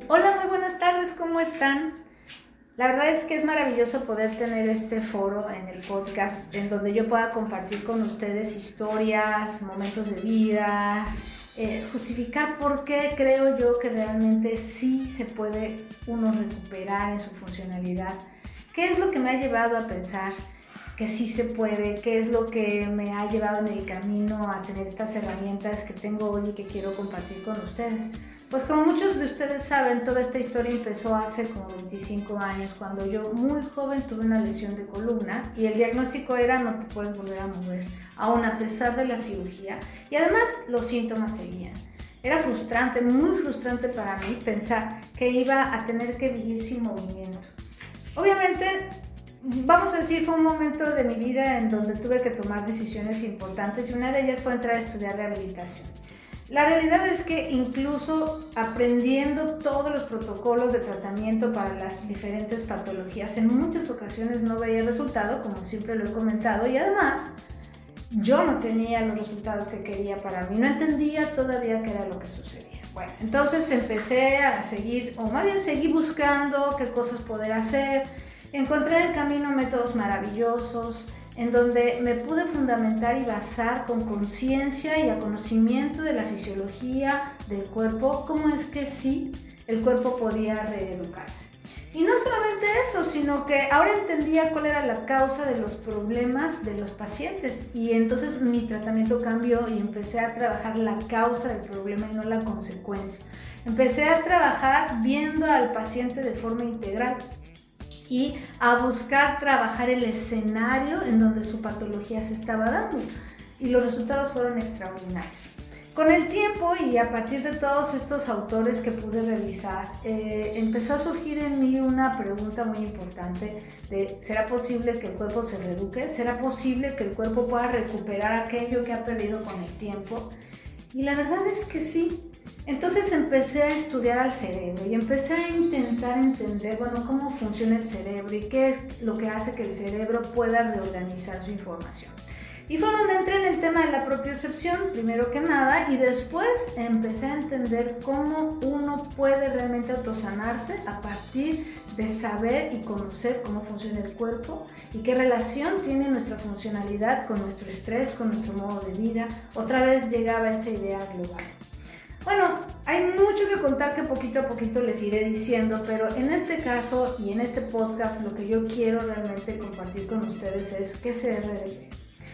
Hola, muy buenas tardes, ¿cómo están? La verdad es que es maravilloso poder tener este foro en el podcast en donde yo pueda compartir con ustedes historias, momentos de vida, justificar por qué creo yo que realmente sí se puede uno recuperar en su funcionalidad. ¿Qué es lo que me ha llevado a pensar que sí se puede? ¿Qué es lo que me ha llevado en el camino a tener estas herramientas que tengo hoy y que quiero compartir con ustedes? Pues como muchos de ustedes saben, toda esta historia empezó hace como 25 años, cuando yo muy joven tuve una lesión de columna y el diagnóstico era: no te puedes volver a mover, aún a pesar de la cirugía, y además los síntomas seguían. Era frustrante, muy frustrante para mí pensar que iba a tener que vivir sin movimiento. Obviamente, vamos a decir, fue un momento de mi vida en donde tuve que tomar decisiones importantes y una de ellas fue entrar a estudiar rehabilitación. La realidad es que incluso aprendiendo todos los protocolos de tratamiento para las diferentes patologías, en muchas ocasiones no veía el resultado, como siempre lo he comentado, y además yo no tenía los resultados que quería para mí, no entendía todavía qué era lo que sucedía. Bueno, entonces empecé a seguir, o más bien seguí buscando qué cosas poder hacer. Encontré en el camino métodos maravillosos en donde me pude fundamentar y basar con conciencia y a conocimiento de la fisiología del cuerpo, cómo es que sí, el cuerpo podía reeducarse. Y no solamente eso, sino que ahora entendía cuál era la causa de los problemas de los pacientes, y entonces mi tratamiento cambió y empecé a trabajar la causa del problema y no la consecuencia. Empecé a trabajar viendo al paciente de forma integral y a buscar trabajar el escenario en donde su patología se estaba dando, y los resultados fueron extraordinarios. Con el tiempo y a partir de todos estos autores que pude revisar, empezó a surgir en mí una pregunta muy importante de: ¿será posible que el cuerpo se reeduque? ¿Será posible que el cuerpo pueda recuperar aquello que ha perdido con el tiempo? Y la verdad es que sí. Entonces empecé a estudiar al cerebro y empecé a intentar entender, cómo funciona el cerebro y qué es lo que hace que el cerebro pueda reorganizar su información. Y fue donde entré en el tema de la propiocepción, primero que nada, y después empecé a entender cómo uno puede realmente autosanarse a partir de saber y conocer cómo funciona el cuerpo y qué relación tiene nuestra funcionalidad con nuestro estrés, con nuestro modo de vida. Otra vez llegaba esa idea global. Bueno, hay mucho que contar que poquito a poquito les iré diciendo, pero en este caso y en este podcast lo que yo quiero realmente compartir con ustedes es qué es RDP.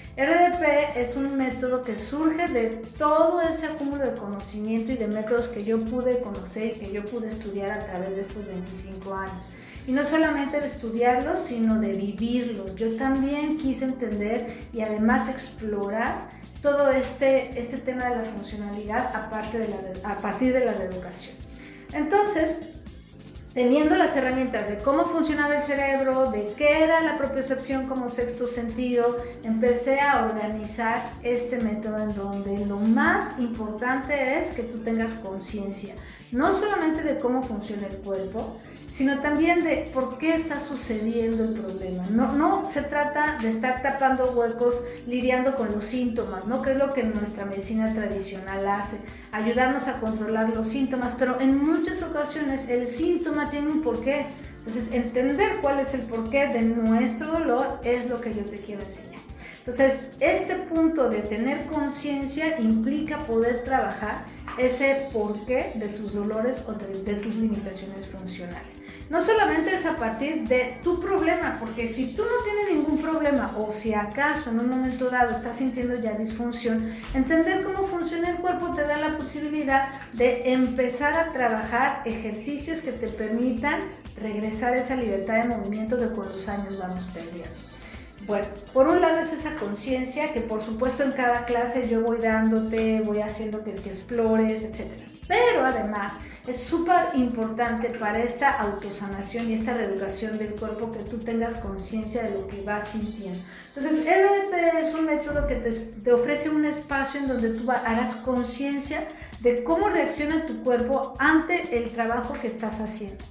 RDP es un método que surge de todo ese acúmulo de conocimiento y de métodos que yo pude conocer y que yo pude estudiar a través de estos 25 años. Y no solamente de estudiarlos, sino de vivirlos. Yo también quise entender y además explorar todo este tema de la funcionalidad a partir de la reeducación. Entonces, teniendo las herramientas de cómo funcionaba el cerebro, de qué era la propiocepción como sexto sentido, empecé a organizar este método en donde lo más importante es que tú tengas conciencia, no solamente de cómo funciona el cuerpo, sino también de por qué está sucediendo el problema. No se trata de estar tapando huecos, lidiando con los síntomas, ¿no? Que es lo que nuestra medicina tradicional hace, ayudarnos a controlar los síntomas, pero en muchas ocasiones el síntoma tiene un porqué. Entonces, entender cuál es el porqué de nuestro dolor es lo que yo te quiero enseñar. Entonces, este punto de tener conciencia implica poder trabajar ese porqué de tus dolores o de tus limitaciones funcionales. No solamente es a partir de tu problema, porque si tú no tienes ningún problema o si acaso en un momento dado estás sintiendo ya disfunción, entender cómo funciona el cuerpo te da la posibilidad de empezar a trabajar ejercicios que te permitan regresar a esa libertad de movimiento que con los años vamos perdiendo. Bueno, por un lado es esa conciencia que por supuesto en cada clase yo voy dándote, voy haciendo que explores, etc. Pero además es súper importante para esta autosanación y esta reeducación del cuerpo que tú tengas conciencia de lo que vas sintiendo. Entonces, RDP es un método que te ofrece un espacio en donde tú harás conciencia de cómo reacciona tu cuerpo ante el trabajo que estás haciendo.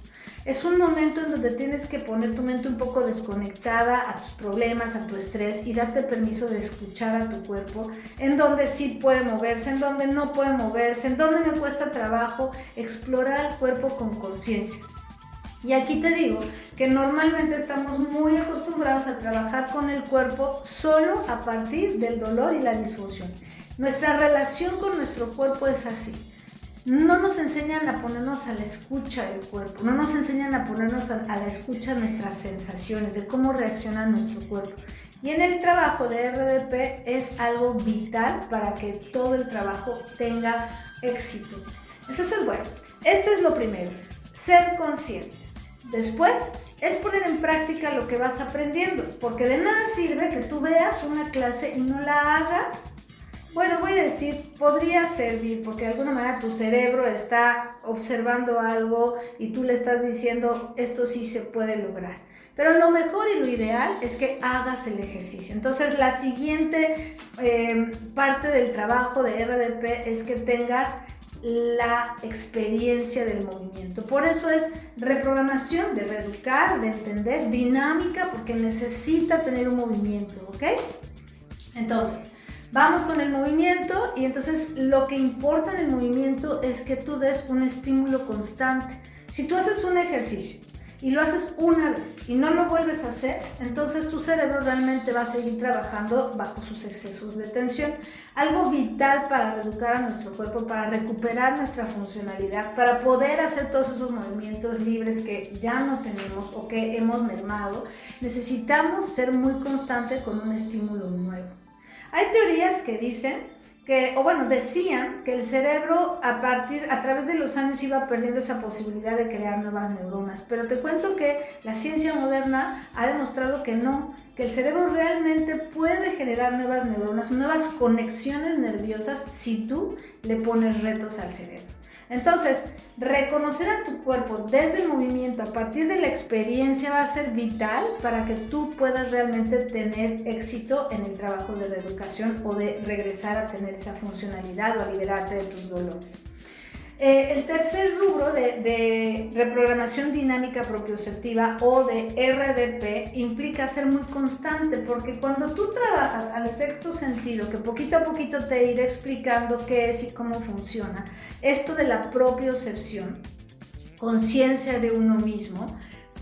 Es un momento en donde tienes que poner tu mente un poco desconectada a tus problemas, a tu estrés y darte permiso de escuchar a tu cuerpo, en donde sí puede moverse, en donde no puede moverse, en donde me cuesta trabajo, explorar el cuerpo con conciencia. Y aquí te digo que normalmente estamos muy acostumbrados a trabajar con el cuerpo solo a partir del dolor y la disfunción. Nuestra relación con nuestro cuerpo es así. No nos enseñan a ponernos a la escucha del cuerpo, no nos enseñan a ponernos a la escucha de nuestras sensaciones, de cómo reacciona nuestro cuerpo. Y en el trabajo de RDP es algo vital para que todo el trabajo tenga éxito. Entonces, bueno, esto es lo primero, ser consciente. Después es poner en práctica lo que vas aprendiendo, porque de nada sirve que tú veas una clase y no la hagas. Bueno, voy a decir, podría servir, porque de alguna manera tu cerebro está observando algo y tú le estás diciendo, esto sí se puede lograr. Pero lo mejor y lo ideal es que hagas el ejercicio. Entonces, la siguiente parte del trabajo de RDP es que tengas la experiencia del movimiento. Por eso es reprogramación, de reeducar, de entender, dinámica, porque necesita tener un movimiento, ¿ok? Entonces, vamos con el movimiento y entonces lo que importa en el movimiento es que tú des un estímulo constante. Si tú haces un ejercicio y lo haces una vez y no lo vuelves a hacer, entonces tu cerebro realmente va a seguir trabajando bajo sus excesos de tensión. Algo vital para reeducar a nuestro cuerpo, para recuperar nuestra funcionalidad, para poder hacer todos esos movimientos libres que ya no tenemos o que hemos mermado, necesitamos ser muy constantes con un estímulo nuevo. Hay teorías que dicen decían que el cerebro a través de los años iba perdiendo esa posibilidad de crear nuevas neuronas, pero te cuento que la ciencia moderna ha demostrado que no, que el cerebro realmente puede generar nuevas neuronas, nuevas conexiones nerviosas si tú le pones retos al cerebro. Entonces, reconocer a tu cuerpo desde el movimiento a partir de la experiencia va a ser vital para que tú puedas realmente tener éxito en el trabajo de reeducación o de regresar a tener esa funcionalidad o a liberarte de tus dolores. El tercer rubro de reprogramación dinámica propioceptiva o de RDP implica ser muy constante, porque cuando tú trabajas al sexto sentido, que poquito a poquito te iré explicando qué es y cómo funciona, esto de la propiocepción, conciencia de uno mismo,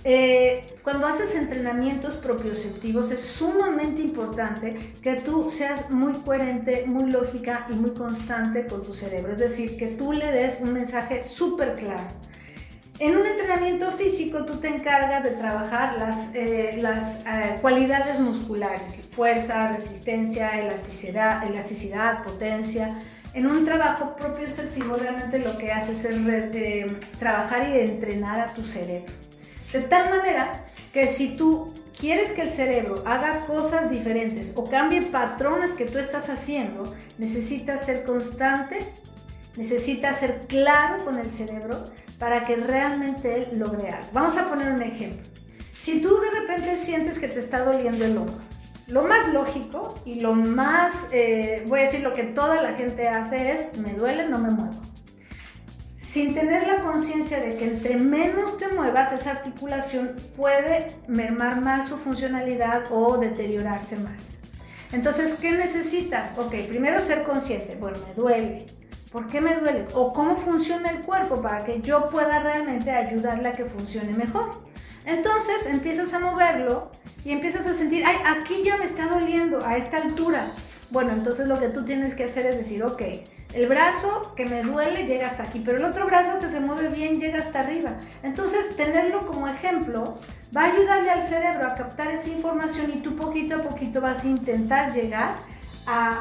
cuando haces entrenamientos propioceptivos es sumamente importante que tú seas muy coherente, muy lógica y muy constante con tu cerebro, es decir, que tú le des un mensaje súper claro. En un entrenamiento físico tú te encargas de trabajar las cualidades musculares, fuerza, resistencia, elasticidad, potencia. En un trabajo propioceptivo realmente lo que haces es trabajar y entrenar a tu cerebro. De tal manera que si tú quieres que el cerebro haga cosas diferentes o cambie patrones que tú estás haciendo, necesitas ser constante, necesitas ser claro con el cerebro para que realmente él logre algo. Vamos a poner un ejemplo. Si tú de repente sientes que te está doliendo el hombro, lo más lógico y lo más, voy a decir lo que toda la gente hace es, me duele, no me muevo. Sin tener la conciencia de que entre menos te muevas, esa articulación puede mermar más su funcionalidad o deteriorarse más. Entonces, ¿qué necesitas? Ok, primero ser consciente. Bueno, me duele. ¿Por qué me duele? O cómo funciona el cuerpo para que yo pueda realmente ayudarle a que funcione mejor. Entonces, empiezas a moverlo y empiezas a sentir, ay, aquí ya me está doliendo, a esta altura. Bueno, entonces lo que tú tienes que hacer es decir, ok, el brazo que me duele llega hasta aquí, pero el otro brazo que se mueve bien llega hasta arriba. Entonces, tenerlo como ejemplo va a ayudarle al cerebro a captar esa información y tú poquito a poquito vas a intentar llegar a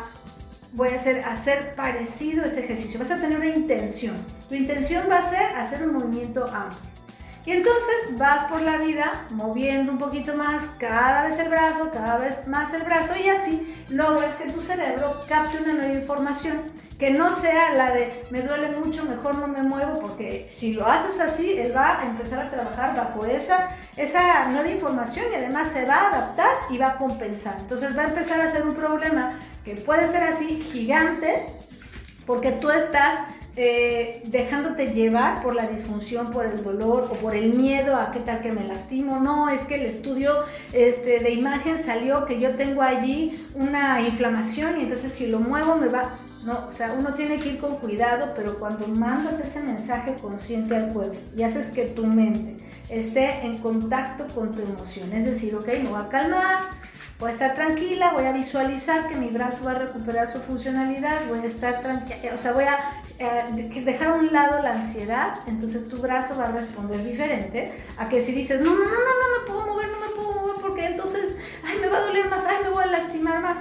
hacer parecido ese ejercicio. Vas a tener una intención. Tu intención va a ser hacer un movimiento amplio. Y entonces vas por la vida moviendo un poquito más cada vez más el brazo y así logras que tu cerebro capte una nueva información que no sea la de me duele mucho, mejor no me muevo, porque si lo haces así, él va a empezar a trabajar bajo esa nueva información y además se va a adaptar y va a compensar. Entonces va a empezar a ser un problema que puede ser así gigante porque tú estás dejándote llevar por la disfunción, por el dolor o por el miedo a qué tal que me lastimo. No, es que el estudio de imagen salió que yo tengo allí una inflamación y entonces si lo muevo me va... No, o sea, uno tiene que ir con cuidado, pero cuando mandas ese mensaje consciente al cuerpo y haces que tu mente esté en contacto con tu emoción, es decir, ok, me voy a calmar, voy a estar tranquila, voy a visualizar que mi brazo va a recuperar su funcionalidad, voy a estar tranquila, o sea, voy a dejar a un lado la ansiedad, entonces tu brazo va a responder diferente a que si dices, no me puedo mover porque entonces, ay, me va a doler más, ay, me voy a lastimar más.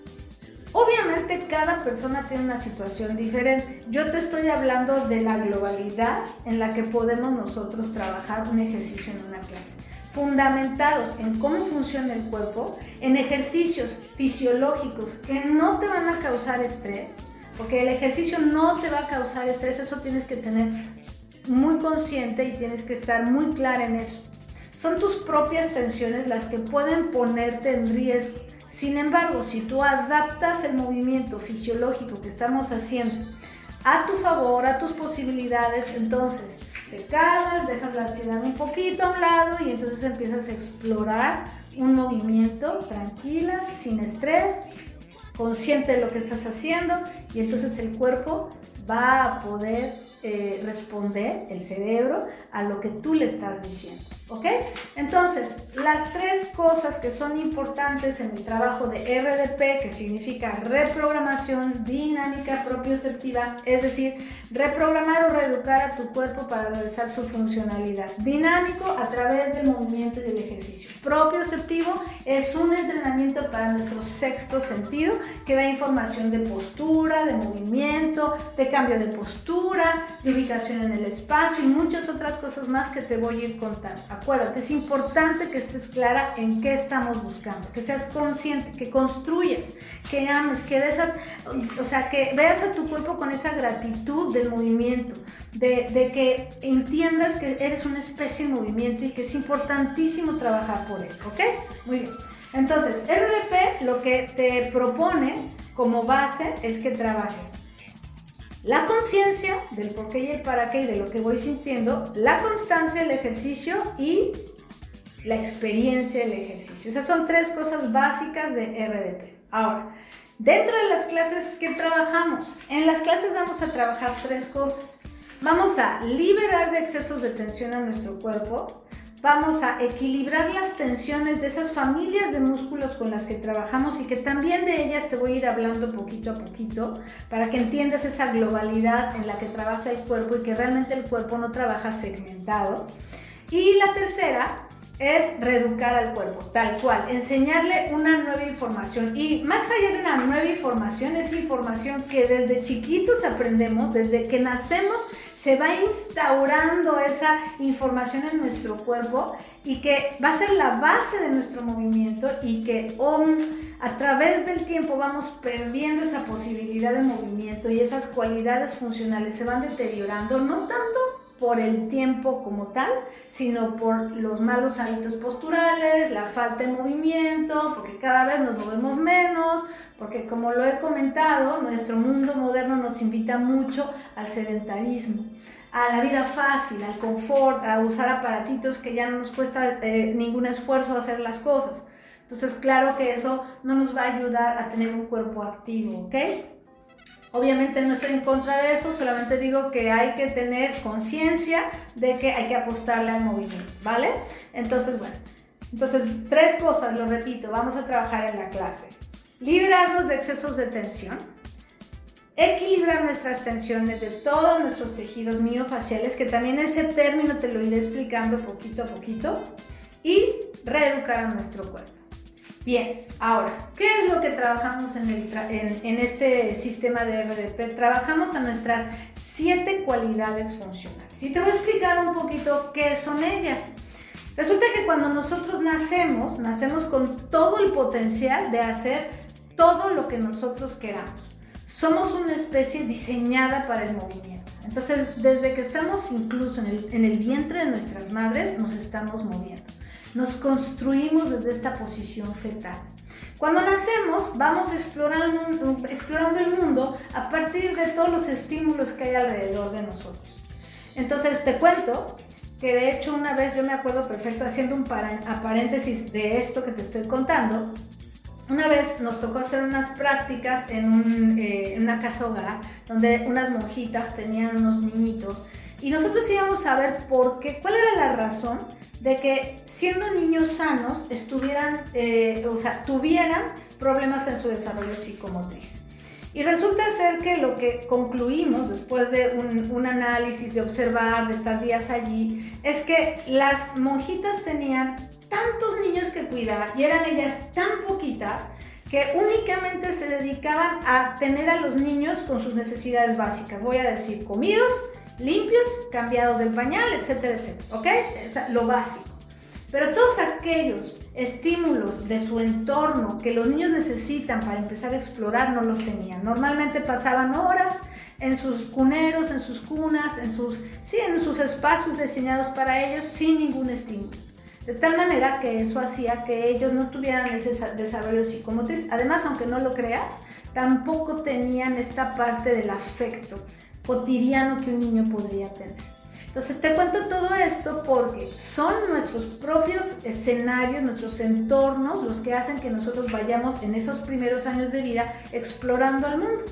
Obviamente cada persona tiene una situación diferente. Yo te estoy hablando de la globalidad en la que podemos nosotros trabajar un ejercicio en una clase, fundamentados en cómo funciona el cuerpo, en ejercicios fisiológicos que no te van a causar estrés, porque el ejercicio no te va a causar estrés, eso tienes que tener muy consciente y tienes que estar muy clara en eso. Son tus propias tensiones las que pueden ponerte en riesgo. Sin embargo, si tú adaptas el movimiento fisiológico que estamos haciendo a tu favor, a tus posibilidades, entonces te calmas, dejas la ansiedad un poquito a un lado y entonces empiezas a explorar un movimiento tranquila, sin estrés, consciente de lo que estás haciendo y entonces el cuerpo va a poder responder, el cerebro, a lo que tú le estás diciendo. ¿Ok? Entonces, las tres cosas que son importantes en el trabajo de RDP, que significa reprogramación dinámica propioceptiva, es decir, reprogramar o reeducar a tu cuerpo para realizar su funcionalidad. Dinámico a través del movimiento y del ejercicio. Propioceptivo es un entrenamiento para nuestro sexto sentido que da información de postura, de movimiento, de cambio de postura, de ubicación en el espacio y muchas otras cosas más que te voy a ir contando. Acuérdate, es importante que estés clara en qué estamos buscando, que seas consciente, que construyas, que ames, que que veas a tu cuerpo con esa gratitud del movimiento, de que entiendas que eres una especie en movimiento y que es importantísimo trabajar por él, ¿ok? Muy bien. Entonces, RDP lo que te propone como base es que trabajes la conciencia del por qué y el para qué y de lo que voy sintiendo, la constancia del ejercicio y la experiencia del ejercicio. Esas son tres cosas básicas de RDP. Ahora, dentro de las clases que trabajamos, en las clases vamos a trabajar tres cosas. Vamos a liberar de excesos de tensión a nuestro cuerpo. Vamos a equilibrar las tensiones de esas familias de músculos con las que trabajamos y que también de ellas te voy a ir hablando poquito a poquito para que entiendas esa globalidad en la que trabaja el cuerpo y que realmente el cuerpo no trabaja segmentado. Y la tercera es reeducar al cuerpo, tal cual, enseñarle una nueva información. Y más allá de una nueva información, es información que desde chiquitos aprendemos, desde que nacemos se va instaurando esa información en nuestro cuerpo y que va a ser la base de nuestro movimiento y que a través del tiempo vamos perdiendo esa posibilidad de movimiento y esas cualidades funcionales se van deteriorando, no tanto por el tiempo como tal, sino por los malos hábitos posturales, la falta de movimiento, porque cada vez nos movemos menos, porque como lo he comentado, nuestro mundo moderno nos invita mucho al sedentarismo, a la vida fácil, al confort, a usar aparatitos que ya no nos cuesta ningún esfuerzo hacer las cosas. Entonces, claro que eso no nos va a ayudar a tener un cuerpo activo, ¿ok? Obviamente no estoy en contra de eso, solamente digo que hay que tener conciencia de que hay que apostarle al movimiento, ¿vale? Entonces, bueno, tres cosas, lo repito, vamos a trabajar en la clase. Liberarnos de excesos de tensión, equilibrar nuestras tensiones de todos nuestros tejidos miofaciales, que también ese término te lo iré explicando poquito a poquito, y reeducar a nuestro cuerpo. Bien, ahora, ¿qué es lo que trabajamos en este sistema de RDP? Trabajamos a nuestras 7 cualidades funcionales. Y te voy a explicar un poquito qué son ellas. Resulta que cuando nosotros nacemos con todo el potencial de hacer todo lo que nosotros queramos. Somos una especie diseñada para el movimiento. Entonces, desde que estamos incluso en el vientre de nuestras madres, nos estamos moviendo. Nos construimos desde esta posición fetal. Cuando nacemos vamos explorando el mundo a partir de todos los estímulos que hay alrededor de nosotros. Entonces te cuento que de hecho una vez, yo me acuerdo perfecto, haciendo un paréntesis de esto que te estoy contando, una vez nos tocó hacer unas prácticas en una casa hogar donde unas monjitas tenían unos niñitos y nosotros íbamos a ver cuál era la razón de que siendo niños sanos tuvieran problemas en su desarrollo psicomotriz. Y resulta ser que lo que concluimos después de un análisis, de observar, de estar días allí, es que las monjitas tenían tantos niños que cuidar y eran ellas tan poquitas que únicamente se dedicaban a tener a los niños con sus necesidades básicas. Voy a decir, comidos, limpios, cambiados del pañal, etcétera, etcétera, ¿ok? O sea, lo básico. Pero todos aquellos estímulos de su entorno que los niños necesitan para empezar a explorar no los tenían. Normalmente pasaban horas en sus cuneros, en sus cunas, en sus espacios diseñados para ellos sin ningún estímulo. De tal manera que eso hacía que ellos no tuvieran ese desarrollo psicomotriz. Además, aunque no lo creas, tampoco tenían esta parte del afecto cotidiano que un niño podría tener. Entonces te cuento todo esto porque son nuestros propios escenarios, nuestros entornos, los que hacen que nosotros vayamos en esos primeros años de vida explorando al mundo.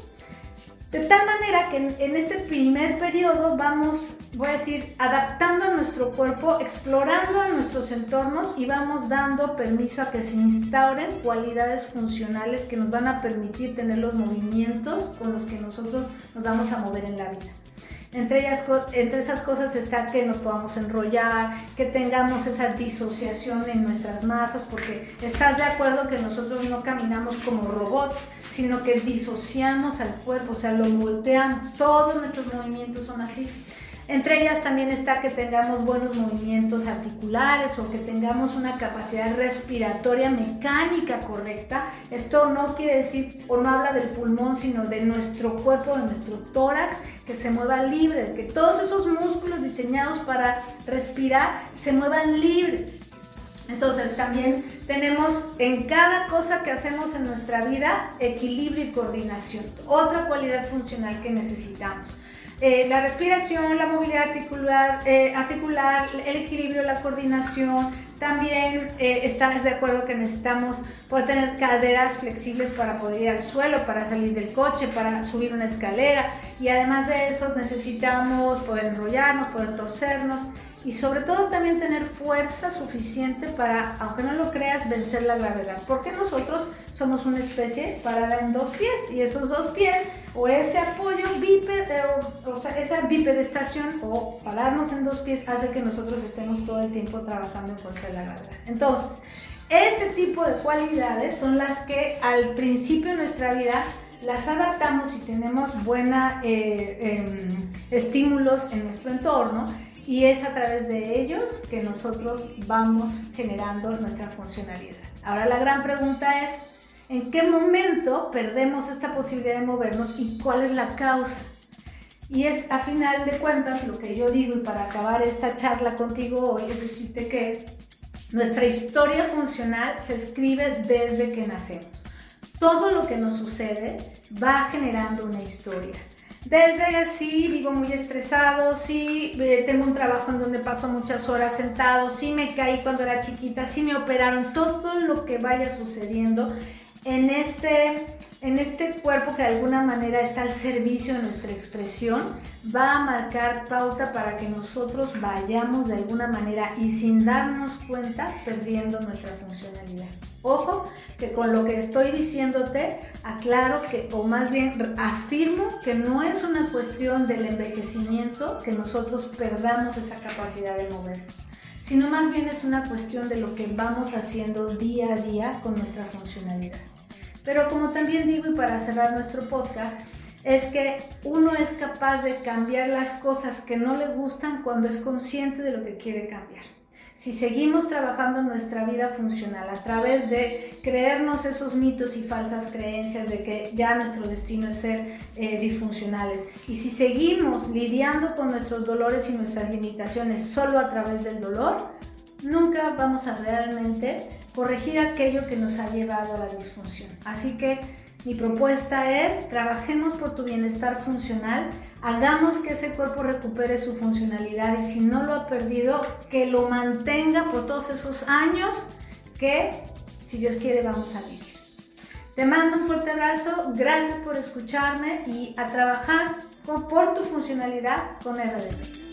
De tal manera que en este primer periodo vamos, voy a decir, adaptando a nuestro cuerpo, explorando a nuestros entornos y vamos dando permiso a que se instauren cualidades funcionales que nos van a permitir tener los movimientos con los que nosotros nos vamos a mover en la vida. Entre esas cosas está que nos podamos enrollar, que tengamos esa disociación en nuestras masas, porque estás de acuerdo que nosotros no caminamos como robots, sino que disociamos al cuerpo, o sea, lo volteamos, todos nuestros movimientos son así. Entre ellas también está que tengamos buenos movimientos articulares o que tengamos una capacidad respiratoria mecánica correcta. Esto no quiere decir o no habla del pulmón, sino de nuestro cuerpo, de nuestro tórax, que se mueva libre, que todos esos músculos diseñados para respirar se muevan libres. Entonces también tenemos en cada cosa que hacemos en nuestra vida equilibrio y coordinación, otra cualidad funcional que necesitamos. La respiración, la movilidad articular, el equilibrio, la coordinación. También estás de acuerdo que necesitamos poder tener caderas flexibles para poder ir al suelo, para salir del coche, para subir una escalera. Y además de eso necesitamos poder enrollarnos, poder torcernos y sobre todo también tener fuerza suficiente para, aunque no lo creas, vencer la gravedad. Porque nosotros somos una especie parada en dos pies y esos dos pies o ese apoyo esa bipedestación o pararnos en dos pies hace que nosotros estemos todo el tiempo trabajando en contra de la gravedad. Entonces, este tipo de cualidades son las que al principio de nuestra vida las adaptamos y tenemos buenos estímulos en nuestro entorno y es a través de ellos que nosotros vamos generando nuestra funcionalidad. Ahora la gran pregunta es, ¿en qué momento perdemos esta posibilidad de movernos y cuál es la causa? Y es a final de cuentas lo que yo digo, y para acabar esta charla contigo hoy, es decirte que nuestra historia funcional se escribe desde que nacemos. Todo lo que nos sucede va generando una historia. Desde sí vivo muy estresado, sí tengo un trabajo en donde paso muchas horas sentado, sí me caí cuando era chiquita, sí me operaron, todo lo que vaya sucediendo en este cuerpo que de alguna manera está al servicio de nuestra expresión, va a marcar pauta para que nosotros vayamos de alguna manera y sin darnos cuenta perdiendo nuestra funcionalidad. Ojo, que con lo que estoy diciéndote, aclaro que, o más bien afirmo que no es una cuestión del envejecimiento que nosotros perdamos esa capacidad de movernos, sino más bien es una cuestión de lo que vamos haciendo día a día con nuestra funcionalidad. Pero como también digo, y para cerrar nuestro podcast, es que uno es capaz de cambiar las cosas que no le gustan cuando es consciente de lo que quiere cambiar. Si seguimos trabajando nuestra vida funcional a través de creernos esos mitos y falsas creencias de que ya nuestro destino es ser disfuncionales, y si seguimos lidiando con nuestros dolores y nuestras limitaciones solo a través del dolor, nunca vamos a realmente corregir aquello que nos ha llevado a la disfunción. Así que mi propuesta es, trabajemos por tu bienestar funcional, hagamos que ese cuerpo recupere su funcionalidad y si no lo ha perdido, que lo mantenga por todos esos años que, si Dios quiere, vamos a vivir. Te mando un fuerte abrazo, gracias por escucharme y a trabajar por tu funcionalidad con RDP.